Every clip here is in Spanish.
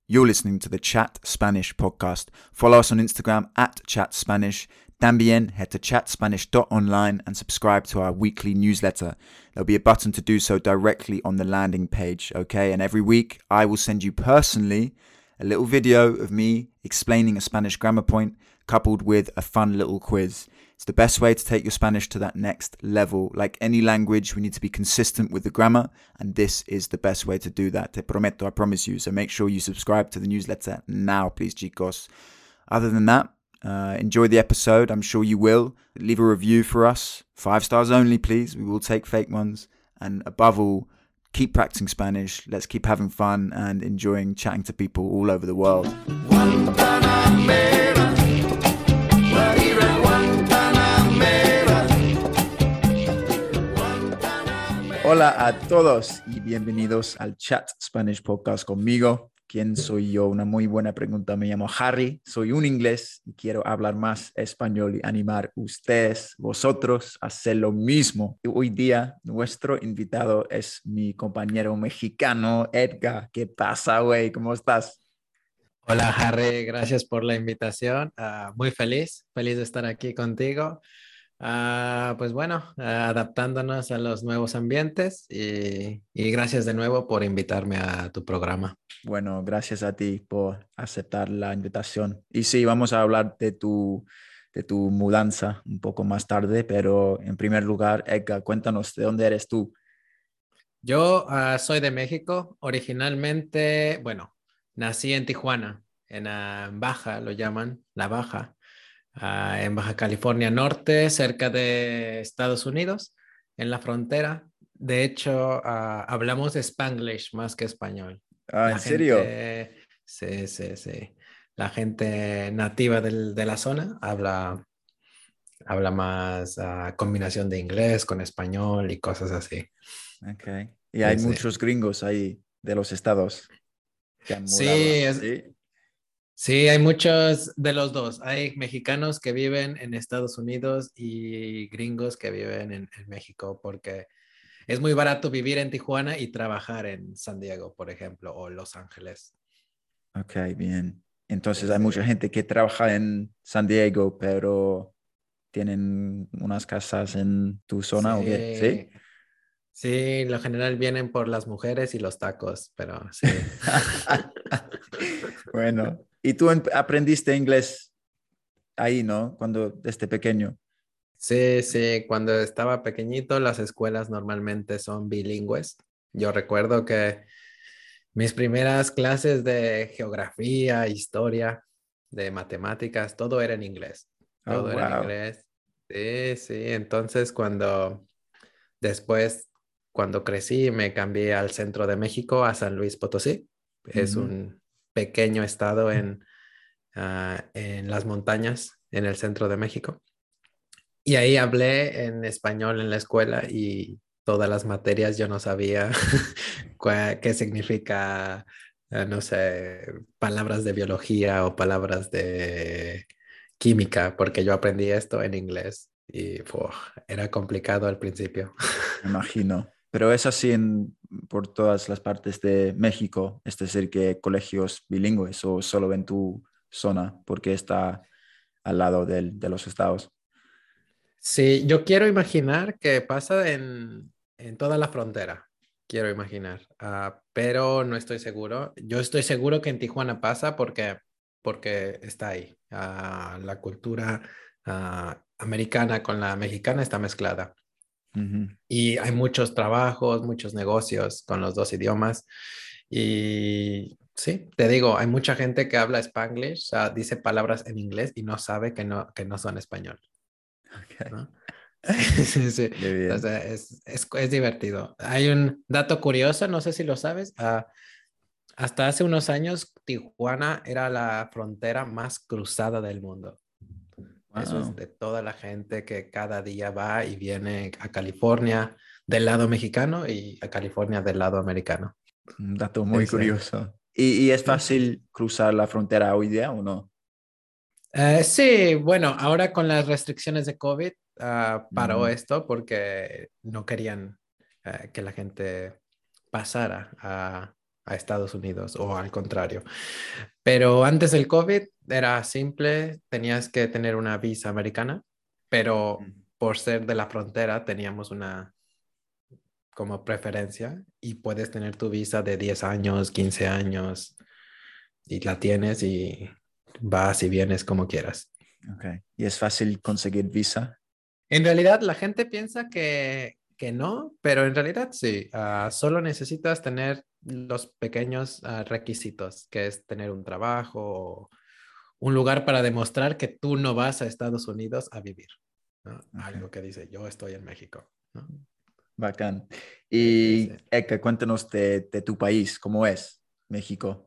You're listening to the Chat Spanish podcast. Follow us on Instagram at Chat Spanish. También head to chatspanish.online and subscribe to our weekly newsletter. There'll be a button to do so directly on the landing page, okay? And every week I will send you personally a little video of me explaining a Spanish grammar point coupled with a fun little quiz. It's the best way to take your Spanish to that next level. Like any language, we need to be consistent with the grammar, and this is the best way to do that. Te prometo, I promise you. So make sure you subscribe to the newsletter now, please, chicos. Other than that, enjoy the episode. I'm sure you will. Leave a review for us. 5 stars only, please. We will take fake ones. And above all, keep practicing Spanish. Let's keep having fun and enjoying chatting to people all over the world. Hola a todos y bienvenidos al Chat Spanish Podcast conmigo. ¿Quién soy yo? Una muy buena pregunta. Me llamo Harry, soy un inglés y quiero hablar más español y animar ustedes, vosotros, a hacer lo mismo. Y hoy día nuestro invitado es mi compañero mexicano, Edgar. ¿Qué pasa, güey? ¿Cómo estás? Hola Harry, gracias por la invitación. Muy feliz de estar aquí contigo. Pues bueno, adaptándonos a los nuevos ambientes y gracias de nuevo por invitarme a tu programa. Bueno, gracias a ti por aceptar la invitación. Y sí, vamos a hablar de tu mudanza un poco más tarde, pero en primer lugar, Edgar, cuéntanos, ¿de dónde eres tú? Yo soy de México, originalmente, bueno, nací en Tijuana, en Baja, lo llaman, La Baja, en Baja California Norte, cerca de Estados Unidos, en la frontera. De hecho, hablamos Spanglish más que español. Ah, ¿en La serio? gente, sí. La gente nativa de la zona habla más combinación de inglés con español y cosas así. Ok. Y hay Sí, sí. muchos gringos ahí de los estados que han Sí, mudado. ¿Sí? sí, hay muchos de los dos. Hay mexicanos que viven en Estados Unidos y gringos que viven en México porque es muy barato vivir en Tijuana y trabajar en San Diego, por ejemplo, o Los Ángeles. Ok, bien. Entonces Sí, hay sí. mucha gente que trabaja en San Diego, pero tienen unas casas en tu zona, ¿o qué? ¿Sí? Sí, sí, lo general vienen por las mujeres y los tacos, pero sí. Bueno, ¿y tú aprendiste inglés ahí, no? Cuando desde pequeño. Sí, cuando estaba pequeñito las escuelas normalmente son bilingües. Yo recuerdo que mis primeras clases de geografía, historia, de matemáticas, todo era en inglés. Oh, Todo era en wow. inglés. Sí. Entonces, después, cuando crecí, me cambié al centro de México, a San Luis Potosí. Es Ujú. un pequeño estado en las montañas, en el centro de México. Y ahí hablé en español en la escuela y todas las materias yo no sabía qué significa, no sé, palabras de biología o palabras de química, porque yo aprendí esto en inglés y era complicado al principio. Me imagino. Pero es así por todas las partes de México, es decir, que colegios bilingües o solo en tu zona, porque está al lado de los estados. Sí, yo quiero imaginar que pasa en toda la frontera, quiero imaginar, pero no estoy seguro. Yo estoy seguro que en Tijuana pasa porque está ahí. La cultura americana con la mexicana está mezclada Ujú. y hay muchos trabajos, muchos negocios con los dos idiomas. Y sí, te digo, hay mucha gente que habla Spanglish, dice palabras en inglés y no sabe que no son español. Ok. ¿No? Sí. Qué bien. Entonces es divertido. Hay un dato curioso, no sé si lo sabes. Hasta hace unos años, Tijuana era la frontera más cruzada del mundo. Eso es Wow. de toda la gente que cada día va y viene a California del lado mexicano y a California del lado americano. Un dato muy Ese. curioso. Y es fácil cruzar la frontera hoy día o no? Sí, bueno, ahora con las restricciones de COVID, paró Ujú. esto porque no querían que la gente pasara a Estados Unidos o al contrario. Pero antes del COVID era simple, tenías que tener una visa americana, pero por ser de la frontera teníamos una como preferencia y puedes tener tu visa de 10 años, 15 años y la tienes y vas y vienes como quieras. Okay. ¿Y es fácil conseguir visa? En realidad la gente piensa que no, pero en realidad sí. Solo necesitas tener los pequeños requisitos, que es tener un trabajo o un lugar para demostrar que tú no vas a Estados Unidos a vivir, ¿no? Okay. Algo que dice, yo estoy en México, ¿no? Bacán. Sí, Y sí. Eka, cuéntanos de tu país, ¿cómo es México?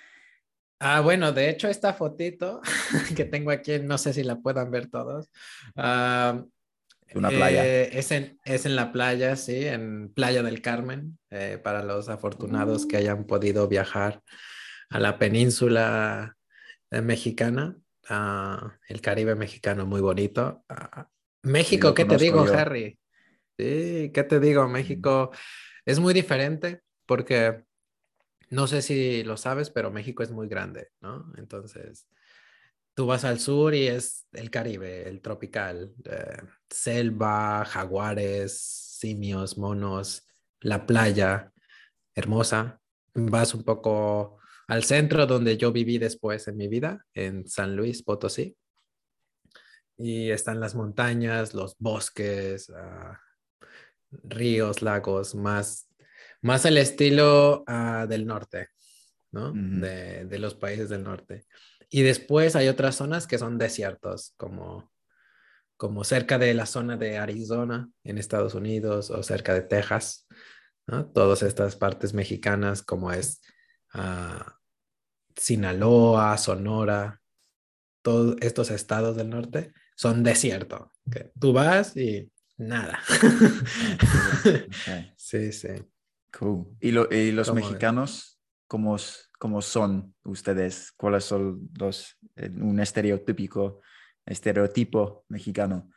Bueno, de hecho, esta fotito que tengo aquí, no sé si la puedan ver todos, ah, Una playa. es en la playa, sí, en Playa del Carmen, para los afortunados que Uh, hayan podido viajar a la península mexicana, el Caribe mexicano, muy bonito. sí, México, lo ¿qué te conozco digo, yo. Harry? Sí, ¿qué te digo? Sí. México es muy diferente porque no sé si lo sabes, pero México es muy grande, ¿no? Entonces, tú vas al sur y es el Caribe, el tropical, selva, jaguares, simios, monos, la playa, hermosa. Vas un poco al centro donde yo viví después en mi vida, en San Luis Potosí, y están las montañas, los bosques, ríos, lagos, más el estilo del norte, ¿no? Ujú, De los países del norte. Y después hay otras zonas que son desiertos, como cerca de la zona de Arizona en Estados Unidos o cerca de Texas, ¿no? Todas estas partes mexicanas como es ah, Sinaloa, Sonora, todos estos estados del norte son desierto. Que tú vas y nada. ah, qué bien. Okay. Sí, sí. Cool. ¿Y los ¿Cómo ves? mexicanos, cómo son ustedes? ¿Cuáles son un estereotipo mexicano?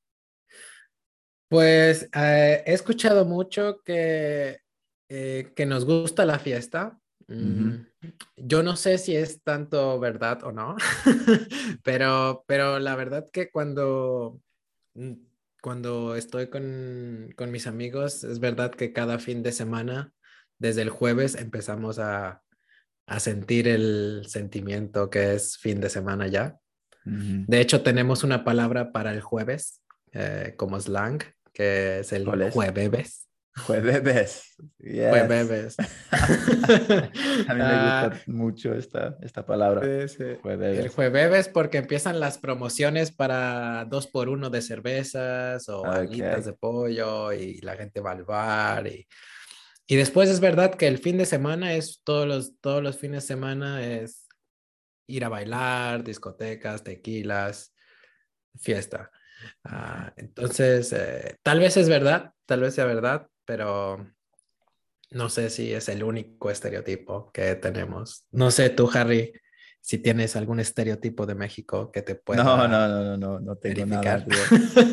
Pues he escuchado mucho que nos gusta la fiesta. Ujú, Yo no sé si es tanto verdad o no, pero la verdad que mm, cuando estoy con mis amigos, es verdad que cada fin de semana, desde el jueves, empezamos a sentir el sentimiento que es fin de semana ya. ujú. De hecho, tenemos una palabra para el jueves como slang, que es el ¿Cuál es? jueves. Jueves. Yes. Jueves. A mí me Ah, gusta mucho esta palabra. sí, sí. El Jueves. jueves porque empiezan las promociones para 2 por 1 de cervezas o alitas Ok. de pollo y la gente va al bar y después es verdad que el fin de semana es todos los fines de semana es ir a bailar, discotecas, tequilas, fiesta. Ok. Entonces, tal vez es verdad, tal vez sea verdad, pero no sé si es el único estereotipo que tenemos. No sé tú, Harry, si tienes algún estereotipo de México que te No, no, pueda no, no, no, no tengo nada, verificar. tío.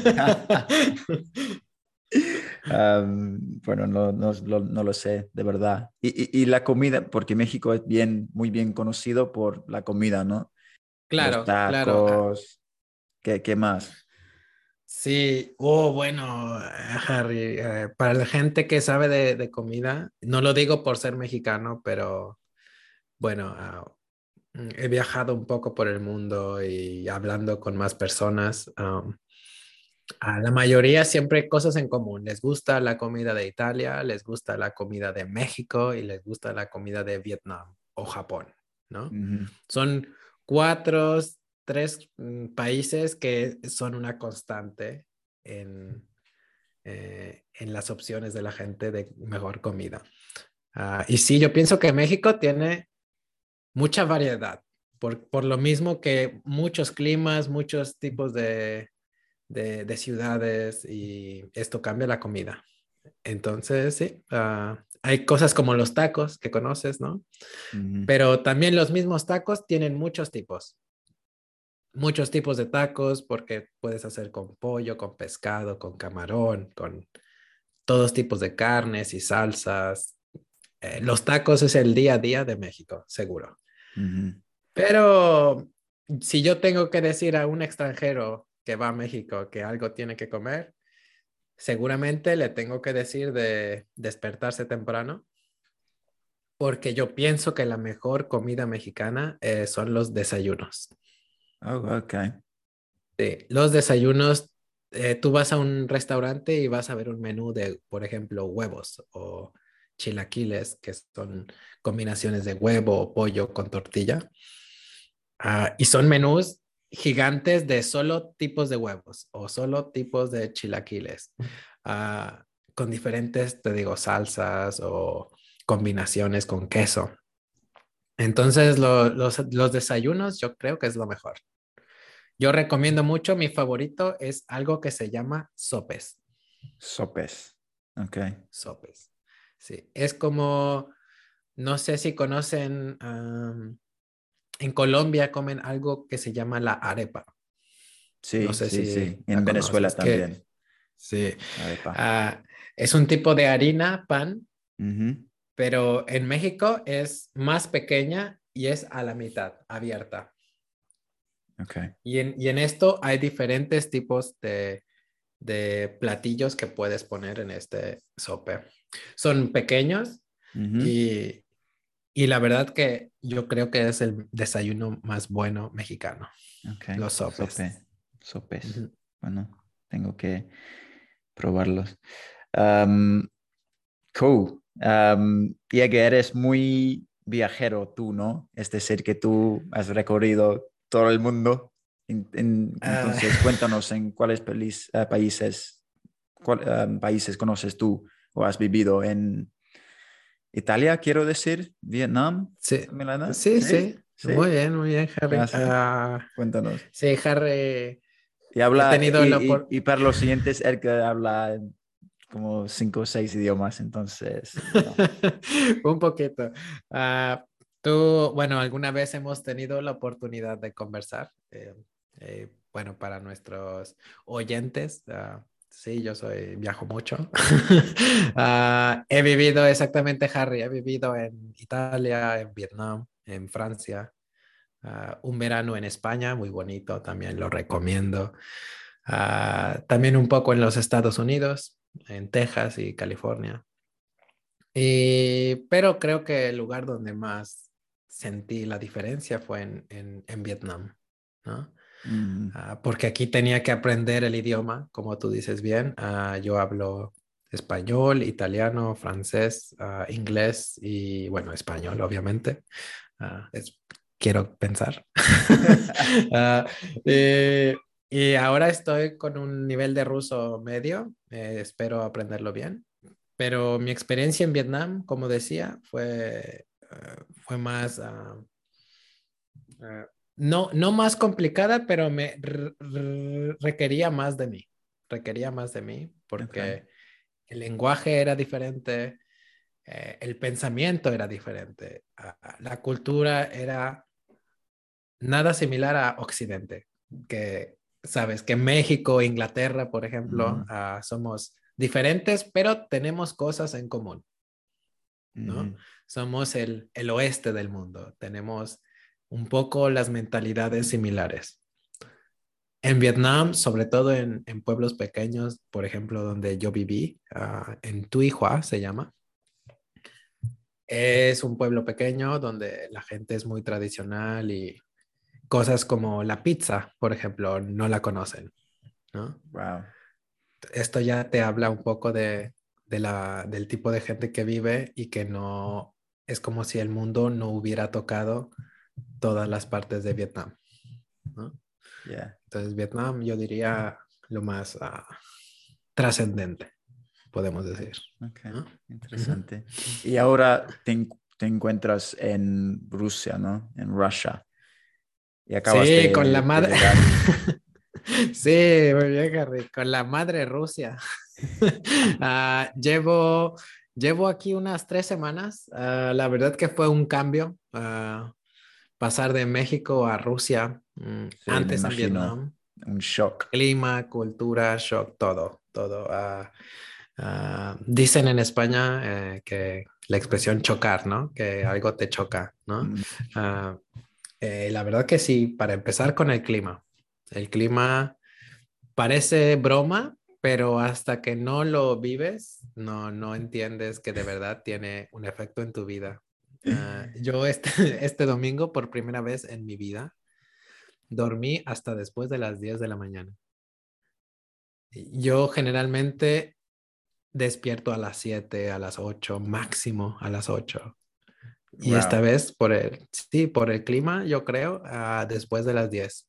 Bueno, no lo sé, de verdad. Y la comida, porque México es muy bien conocido por la comida, ¿no? Los Claro, claro. tacos, ¿qué más? Sí, bueno, Harry, para la gente que sabe de comida, no lo digo por ser mexicano, pero bueno, he viajado un poco por el mundo y hablando con más personas. A la mayoría siempre hay cosas en común. Les gusta la comida de Italia, les gusta la comida de México y les gusta la comida de Vietnam o Japón, ¿no? Ujú, Son cuatro, tres países que son una constante en, en las opciones de la gente de mejor comida. Y sí, yo pienso que México tiene mucha variedad, por lo mismo que muchos climas, muchos tipos de ciudades y esto cambia la comida. Entonces, sí, hay cosas como los tacos que conoces, ¿no? ujú. Pero también los mismos tacos tienen muchos tipos de tacos porque puedes hacer con pollo, con pescado, con camarón, con todos tipos de carnes y salsas. Los tacos es el día a día de México, seguro. Ujú. Pero si yo tengo que decir a un extranjero que va a México que algo tiene que comer, seguramente le tengo que decir de despertarse temprano, porque yo pienso que la mejor comida mexicana son los desayunos. Oh, ok. Sí, los desayunos, tú vas a un restaurante y vas a ver un menú de, por ejemplo, huevos o chilaquiles, que son combinaciones de huevo o pollo con tortilla. Y son menús gigantes de solo tipos de huevos o solo tipos de chilaquiles, ah, con diferentes, te digo, salsas o combinaciones con queso. Entonces, los desayunos yo creo que es lo mejor. Yo recomiendo mucho, mi favorito es algo que se llama sopes. Sopes. Ok. Sopes. Sí, es como, no sé si conocen, en Colombia comen algo que se llama la arepa. No Sí, sé sí, si sí. la En Venezuela conoces. Que también. sí, Arepa. ah, es un tipo de harina, pan, Ujú. pero en México es más pequeña y es a la mitad, abierta. Ok. Y en esto hay diferentes tipos de platillos que puedes poner en este sope. Son pequeños Ujú. y, y la verdad que yo creo que es el desayuno más bueno mexicano, Ok. los sopes. Sope. Sopes. Ujú. Bueno, tengo que probarlos. Am, cool. Ya que eres muy viajero tú, ¿no? Es decir, que tú has recorrido todo el mundo. Ah, Entonces, cuéntanos en cuáles países conoces tú o has vivido en Italia, quiero decir, Vietnam, sí, Milana. sí, Sí, sí. sí. Muy bien, Harry. Sí. Cuéntanos. Sí, Harry, Y he habla, tenido la oportunidad. y para los siguientes, el que habla como 5 o 6 idiomas, entonces, Un poquito. Ah, tú, bueno, alguna vez hemos tenido la oportunidad de conversar. Bueno, para nuestros oyentes, sí, viajo mucho. He vivido exactamente, Harry, he vivido en Italia, en Vietnam, en Francia, un verano en España, muy bonito, también lo recomiendo. También un poco en los Estados Unidos, en Texas y California. Pero creo que el lugar donde más sentí la diferencia fue en Vietnam, ¿no? mm, Porque aquí tenía que aprender el idioma, como tú dices bien. Yo hablo español, italiano, francés, inglés y, bueno, español, obviamente. Ah, es, quiero pensar. Ah, eh, y ahora estoy con un nivel de ruso medio. Espero aprenderlo bien. Pero mi experiencia en Vietnam, como decía, fue más, no más complicada, pero requería más de mí. Requería más de mí ok. porque el lenguaje era diferente, el pensamiento era diferente, la cultura era nada similar a Occidente, que sabes que México, Inglaterra, por ejemplo, Mm, somos diferentes, pero tenemos cosas en común, ¿no? ujú, Somos el oeste del mundo, tenemos un poco las mentalidades similares. En Vietnam, sobre todo en pueblos pequeños, por ejemplo, donde yo viví, en Tuy Hoa se llama, es un pueblo pequeño donde la gente es muy tradicional y cosas como la pizza, por ejemplo, no la conocen, ¿no? wow. Esto ya te habla un poco del tipo de gente que vive y que no es como si el mundo no hubiera tocado todas las partes de Vietnam, ¿no? Yeah. Entonces, Vietnam, yo diría lo más trascendente, podemos decir, Ok, ¿no? Ujú. interesante. Y ahora te encuentras en Rusia, ¿no? En Russia. Y acabas Sí, con la de madre. llegar. Sí, muy bien, Harry, con la madre Rusia. Llevo aquí unas 3 semanas. La verdad que fue un cambio, pasar de México a Rusia, Sí, me antes en imagino. Vietnam. Un shock. Clima, cultura, shock, todo, todo. Dicen en España que la expresión chocar, ¿no? Que algo te choca, ¿no? Mm, Ah, la verdad que sí, para empezar con el clima. El clima parece broma, pero hasta que no lo vives, no entiendes que de verdad tiene un efecto en tu vida. Yo este domingo, por primera vez en mi vida, dormí hasta después de las 10 de la mañana. Yo generalmente despierto a las 7, a las 8, máximo a las 8. Y esta wow. vez, sí, por el clima, yo creo, después de las 10.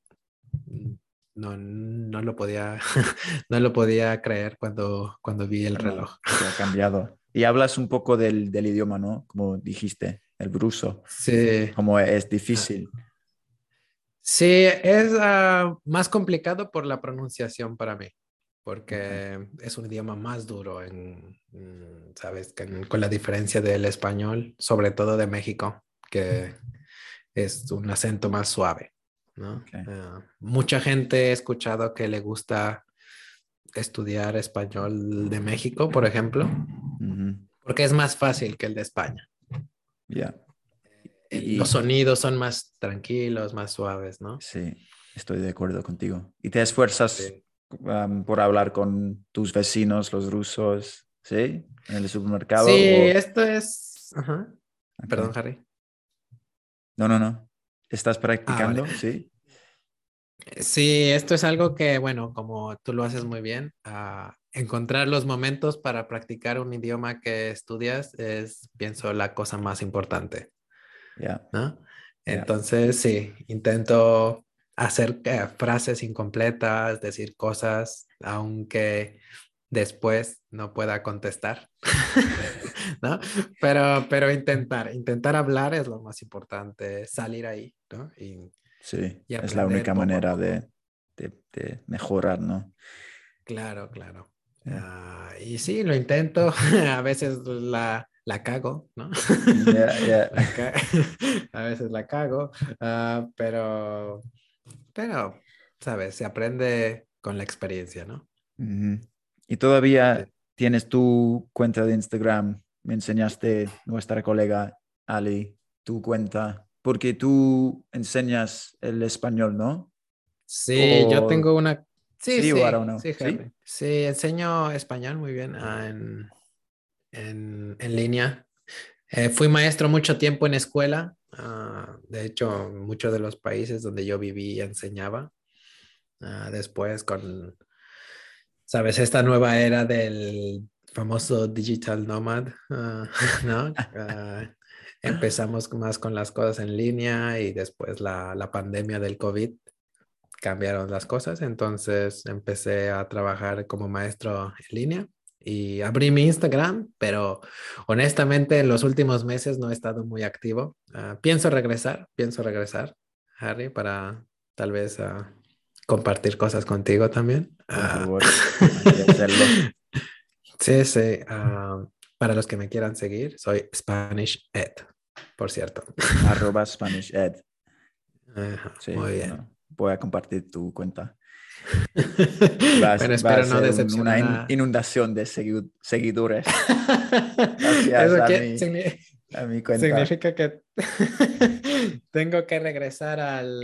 No lo podía, no lo podía creer cuando vi el Bueno, reloj. que ha cambiado. Y hablas un poco del idioma, ¿no? Como dijiste, el ruso, Sí, como es ah, difícil. sí, es más complicado por la pronunciación para mí, Ok, porque es un idioma más duro sabes, con la diferencia del español, sobre todo de México, que es un acento más suave, ¿no? ok. Mucha gente he escuchado que le gusta estudiar español de México, por ejemplo, Ujú, porque es más fácil que el de España. ya. Los Y sonidos son más tranquilos, más suaves, ¿no? sí, estoy de acuerdo contigo. ¿Y te esfuerzas Sí. por hablar con tus vecinos, los rusos, sí? ¿En el Sí, supermercado o...? esto es... Ajá. Ok. Perdón, Harry. No, no, no. ¿Estás Vale. practicando? Sí. Sí, esto es algo que, bueno, como tú lo haces muy bien, encontrar los momentos para practicar un idioma que estudias es, pienso, la cosa más importante, Ya, ¿no? ya. Entonces, sí, intento hacer frases incompletas, decir cosas, aunque después no pueda contestar, ¿no? Pero intentar hablar es lo más importante, salir ahí, ¿no? Sí, Y es la aprender única poco a manera poco. de mejorar, ¿no? Claro, claro. Sí. Y sí, lo intento. A veces la cago, ¿no? Ya, ya. La ca- A veces la cago, pero, ¿sabes? Se aprende con la experiencia, ¿no? Ujú. ¿Y Sí. todavía tienes tu cuenta de Instagram? Me enseñaste nuestra colega Ali, tu cuenta, porque tú enseñas el español, ¿no? Sí, yo O tengo una... Sí, sí o ahora sí, no, sí, ¿sí? Harry. Sí, enseño español muy bien en línea. Fui maestro mucho tiempo en escuela. De hecho, en muchos de los países donde yo viví enseñaba. Después sabes, esta nueva era del famoso digital nomad, ¿no? Empezamos más con las cosas en línea y después la pandemia del COVID cambiaron las cosas. Entonces empecé a trabajar como maestro en línea y abrí mi Instagram, pero honestamente en los últimos meses no he estado muy activo. Pienso regresar, Harry, para tal vez compartir cosas contigo también. Por favor, hay que hacerlo. Sí, sí. Para los que me quieran seguir, soy Spanish Ed, por cierto. Arroba Spanish Ed. Ajá, Sí, muy bien. bueno, voy a compartir tu cuenta. Va a Bueno, espero no ser una decepcionar a... inundación de seguidores gracias Eso a que a mi cuenta. significa que tengo que regresar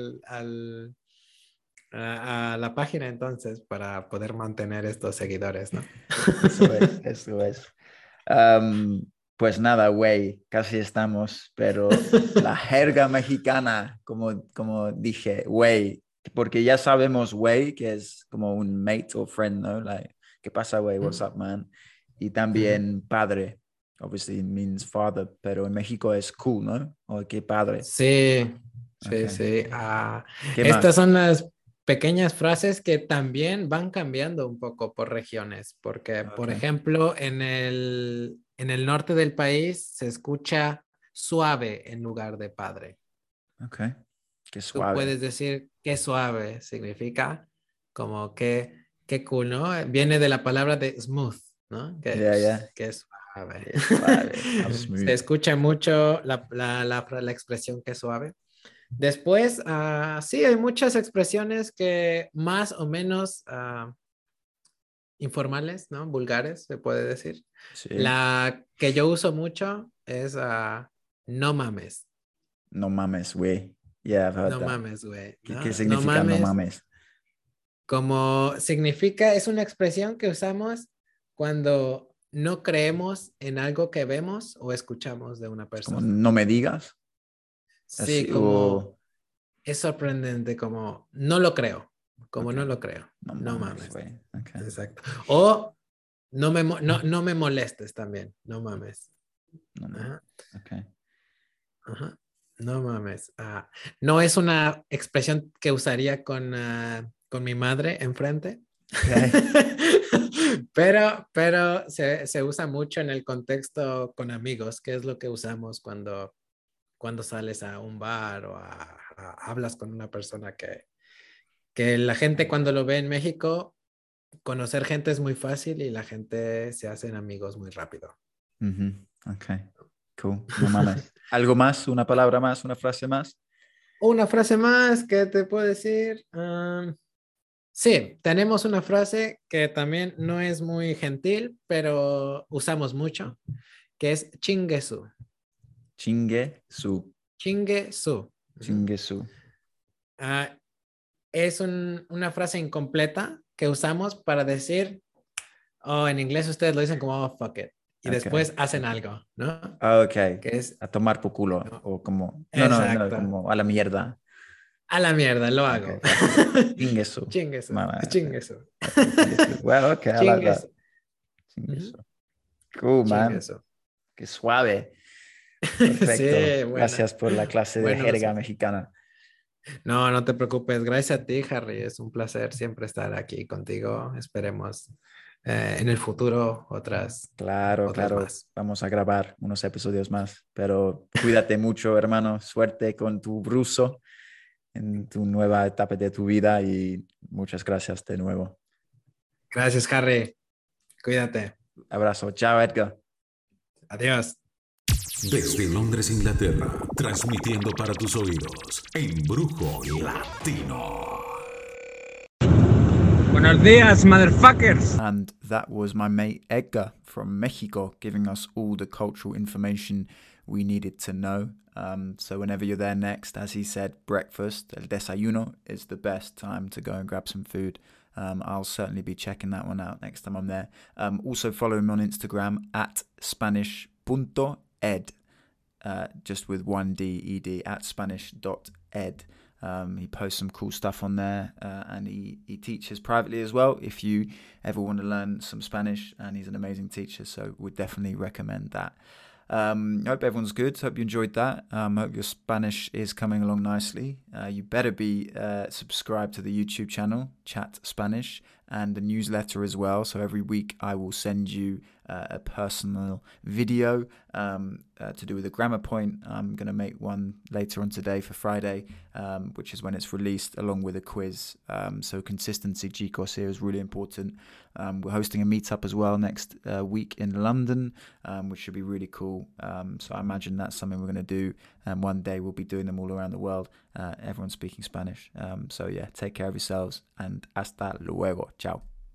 a la página entonces para poder mantener estos seguidores, ¿no? Eso es, eso es. Am, pues nada, güey, casi estamos, pero la jerga mexicana, como dije, güey, porque ya sabemos, güey, que es como un mate o friend, ¿no? Like, ¿qué pasa, güey? What's up, man? Y Ujú. también padre, obviously means father, pero en México es cool, ¿no? O qué padre. Sí, Ok. sí, sí. ¿Qué Estas más? son las pequeñas frases que también van cambiando un poco por regiones, porque, Ok, por ejemplo, en el norte del país se escucha suave en lugar de padre. ok. Qué Tú suave. puedes decir qué suave significa como qué cool, ¿no? Viene de la palabra de smooth, ¿no? Ya, ya. Que es suave. Qué suave. How Se smooth. escucha mucho la expresión que suave. Después, sí, hay muchas expresiones que más o menos informales, ¿no? Vulgares, se puede decir. Sí. La que yo uso mucho es no mames. No mames, güey. Yeah, I've heard No that. mames, güey. ¿Qué No significa no mames. mames? Como significa, es una expresión que usamos cuando no creemos en algo que vemos o escuchamos de una Es como persona. no me digas. Sí, Así, como es sorprendente, como no lo creo, como ok. no lo creo. No No mames, mames. güey. Okay. Exacto. O no me molestes también, no mames. No mames. Ajá, Okay. ajá. No mames. No es una expresión que usaría con mi madre enfrente. Okay. Pero se usa mucho en el contexto con amigos, que es lo que usamos cuando sales a un bar o hablas con una persona que la gente cuando lo ve en México, conocer gente es muy fácil y la gente se hacen amigos muy rápido. Okay. Cool. No mames. ¿Algo más? ¿Una palabra más? ¿Una frase más? Una frase más que te puedo decir. Sí, tenemos una frase que también no es muy gentil, pero usamos mucho, que es chingue su. Chingue su. Chingue su. Ujú. Chingue su. Ah, es una frase incompleta que usamos para decir, oh, en inglés ustedes lo dicen como oh, fuck it. Y Okay. después hacen algo, ¿no? Okay. Que es, A tomar por culo. no, O como. No, exacto. como a la mierda. A la mierda, lo Okay, hago. fácil. Chingue su. Chingue su. Mama, okay. Chingue su. Okay, chingue su. Well, okay, I like Chingue that. su. Chingue Ujú. su. Cool, Chingue man. su. Qué suave. Perfecto. Sí, buena. Gracias por la clase de Bueno, jerga mexicana. no, no te preocupes. Gracias a ti, Harry. Es un placer siempre estar aquí contigo. Esperemos en el futuro Claro, otras claro. más. Vamos a grabar unos episodios más. Pero cuídate mucho, hermano. Suerte con tu ruso en tu nueva etapa de tu vida y muchas gracias de nuevo. Gracias, Harry. Cuídate. Abrazo. Chao, Edgar. Adiós. Desde Londres, Inglaterra, transmitiendo para tus oídos, Embrujo Latino. Buenos días, motherfuckers. And that was my mate Edgar from Mexico giving us all the cultural information we needed to know. So whenever you're there next, as he said, breakfast, el desayuno, is the best time to go and grab some food. I'll certainly be checking that one out next time I'm there. Also follow him on Instagram at spanish.ed, just with one D, ED, at spanish.ed. He posts some cool stuff on there, and he teaches privately as well if you ever want to learn some Spanish, and he's an amazing teacher, so would definitely recommend that. I hope everyone's good. Hope you enjoyed that. Hope your Spanish is coming along nicely. You better be subscribed to the YouTube channel, Chat Spanish, and the newsletter as well. So every week I will send you a personal video to do with a grammar point. I'm going to make one later on today for Friday, which is when it's released, along with a quiz. So consistency, chicos, here is really important. We're hosting a meetup as well next week in London, which should be really cool. So I imagine that's something we're going to do. And one day we'll be doing them all around the world. Everyone's speaking Spanish. So yeah, take care of yourselves and hasta luego. Ciao.